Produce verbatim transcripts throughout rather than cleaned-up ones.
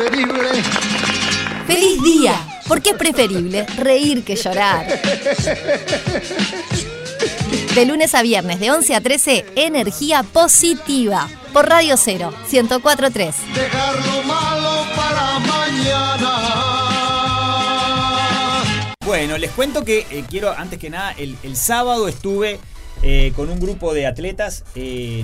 preferible. ¡Feliz día! Porque es preferible reír que llorar. De lunes a viernes, de once a trece, energía positiva. Por Radio Cero, ciento cuatro punto tres. Dejar lo malo para mañana. Bueno, les cuento que eh, quiero, antes que nada, el, el sábado estuve eh, con un grupo de atletas. Eh,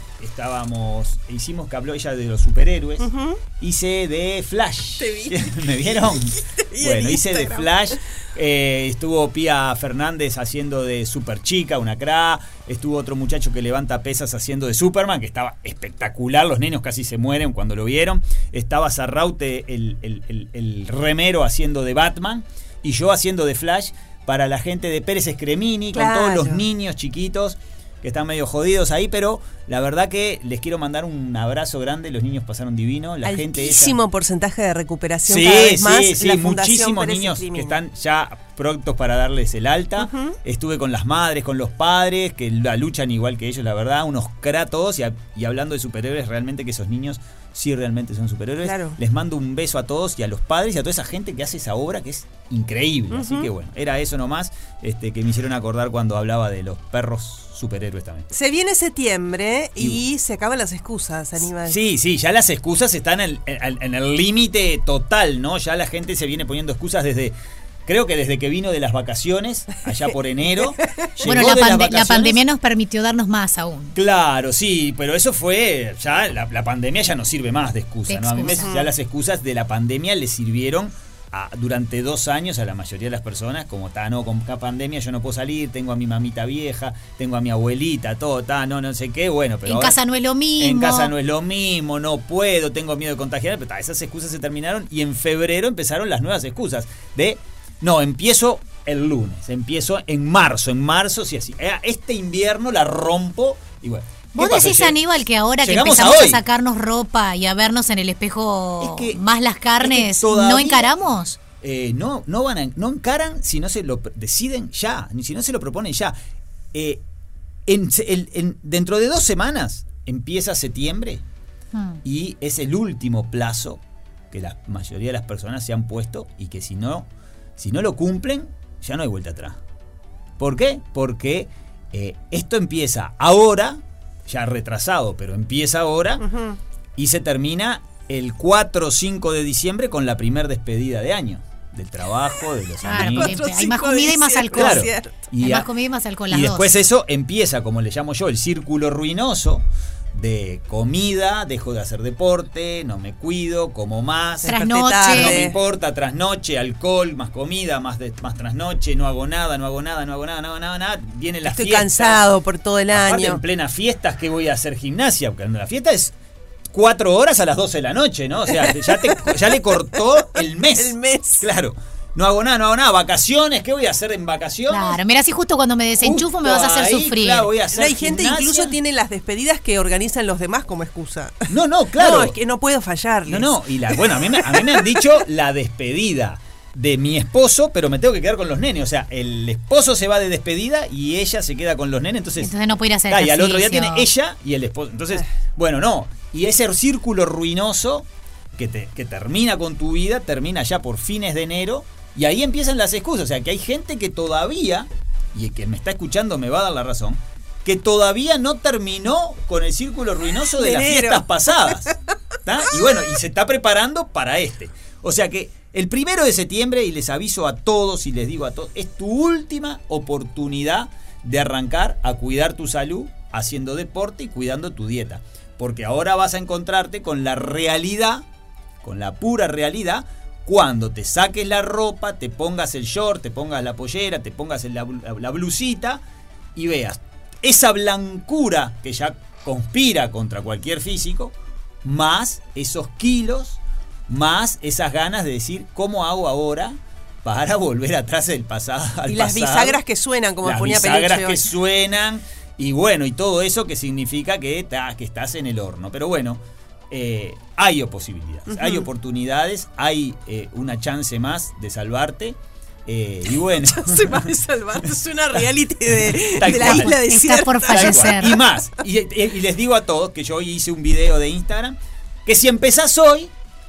estábamos, hicimos que habló ella de los superhéroes. Uh-huh. Hice de Flash. ¿Te vi? ¿Me vieron? Te vi Bueno, en hice de Instagram. Flash. Eh, estuvo Pía Fernández haciendo de Super Chica, una cra. Estuvo otro muchacho que levanta pesas haciendo de Superman, que estaba espectacular. Los niños casi se mueren cuando lo vieron. Estaba Sarraute, el, el, el, el remero, haciendo de Batman. Y yo haciendo de Flash para la gente de Pérez Escremini, claro, con todos los niños chiquitos que están medio jodidos ahí, pero la verdad que les quiero mandar un abrazo grande. Los niños pasaron divino. La gente Altísimo esa... porcentaje de recuperación sí, cada vez más. Sí, sí, la muchísimos Pérez niños Escremini. que están ya prontos para darles el alta. Uh-huh. Estuve con las madres, con los padres, que la luchan igual que ellos, la verdad, unos kratos. Y, a, y hablando de superhéroes, realmente que esos niños sí realmente son superhéroes. Claro. Les mando un beso a todos y a los padres y a toda esa gente que hace esa obra que es increíble. Uh-huh. Así que bueno, era eso nomás este, que me hicieron acordar cuando hablaba de los perros superhéroes también. Se viene septiembre y, y se acaban las excusas, Aníbal. Sí, sí, ya las excusas están en, en, en el límite total, ¿no? Ya la gente se viene poniendo excusas desde... Creo que desde que vino de las vacaciones, allá por enero. Bueno, la, pande- la pandemia nos permitió darnos más aún. Claro, sí, pero eso fue, ya la, la pandemia ya no sirve más de excusa, de ¿no? A mí me, ya las excusas de la pandemia le sirvieron a, durante dos años a la mayoría de las personas, como está, no, con la pandemia yo no puedo salir, tengo a mi mamita vieja, tengo a mi abuelita, todo, está, no, no sé qué, bueno, pero en ahora, casa no es lo mismo. En casa no es lo mismo, no puedo, tengo miedo de contagiar, pero ta, esas excusas se terminaron y en febrero empezaron las nuevas excusas de... No, empiezo el lunes, empiezo en marzo, en marzo, sí, así. Este invierno la rompo y bueno. ¿Vos decís, pasa? Aníbal, que ahora que empezamos a, a sacarnos ropa y a vernos en el espejo es que, más las carnes, es que todavía, ¿no encaramos? Eh, no, no van a, no encaran si no se lo deciden ya, ni si no se lo proponen ya. Eh, en, en, en, dentro de dos semanas empieza septiembre hmm. y es el último plazo que la mayoría de las personas se han puesto y que si no... Si no lo cumplen, ya no hay vuelta atrás. ¿Por qué? Porque eh, esto empieza ahora, ya retrasado, pero empieza ahora, uh-huh. y se termina el cuatro o cinco de diciembre con la primer despedida de año. Del trabajo, de los claro, amigos. Hay más comida y más alcohol. Claro. Y hay a, más comida y más alcohol. Las y después dos. Eso empieza, como le llamo yo, el círculo ruinoso de comida, dejo de hacer deporte, no me cuido, como más, trasnoche, no me importa, trasnoche, alcohol, más comida, más de, más trasnoche, no hago nada, no hago nada, no hago nada, no hago nada, nada. Vienen las Estoy fiestas. cansado por todo el Aparte, año. en plenas fiestas, ¿qué voy a hacer? Gimnasia, porque la fiesta es cuatro horas a las doce de la noche, ¿no? O sea, ya, te, ya le cortó el mes. El mes. Claro. No hago nada, no hago nada. Vacaciones, ¿qué voy a hacer en vacaciones? Claro, mira, si justo cuando me desenchufo justo me vas a hacer ahí, sufrir. Claro, voy a hacer no, hay gente gimnasia. Incluso tiene las despedidas que organizan los demás como excusa. No, no, claro. No, es que no puedo fallarles. No, no, y la, bueno, a mí, me, a mí me han dicho la despedida de mi esposo, pero me tengo que quedar con los nenes. O sea, el esposo se va de despedida y ella se queda con los nenes. Entonces, entonces no puede ir a hacer ah, ejercicio. Y al otro día tiene ella y el esposo. Entonces, bueno, no. Y ese círculo ruinoso que, te, que termina con tu vida, termina ya por fines de enero. Y ahí empiezan las excusas. O sea, que hay gente que todavía, y el que me está escuchando me va a dar la razón, que todavía no terminó con el círculo ruinoso de, de las enero. Fiestas pasadas. ¿Tá? Y bueno, y se está preparando para este. O sea que el primero de septiembre, y les aviso a todos y les digo a todos, es tu última oportunidad de arrancar a cuidar tu salud haciendo deporte y cuidando tu dieta. Porque ahora vas a encontrarte con la realidad, con la pura realidad, cuando te saques la ropa, te pongas el short, te pongas la pollera, te pongas la, la blusita y veas esa blancura que ya conspira contra cualquier físico, más esos kilos, más esas ganas de decir ¿cómo hago ahora para volver atrás del pasado? Al y las pasado? bisagras que suenan, como las ponía Peluche. Las bisagras que suenan y bueno, y todo eso que significa que, ta, que estás en el horno. Pero bueno, Eh, hay posibilidades, uh-huh. hay oportunidades, hay eh, una chance más de salvarte. Eh, y bueno, chance más de salvarte, es una reality de, de la cual. Isla Desierta. Está por fallecer. Y más, y, y les digo a todos que yo hoy hice un video de Instagram, que si empezás hoy,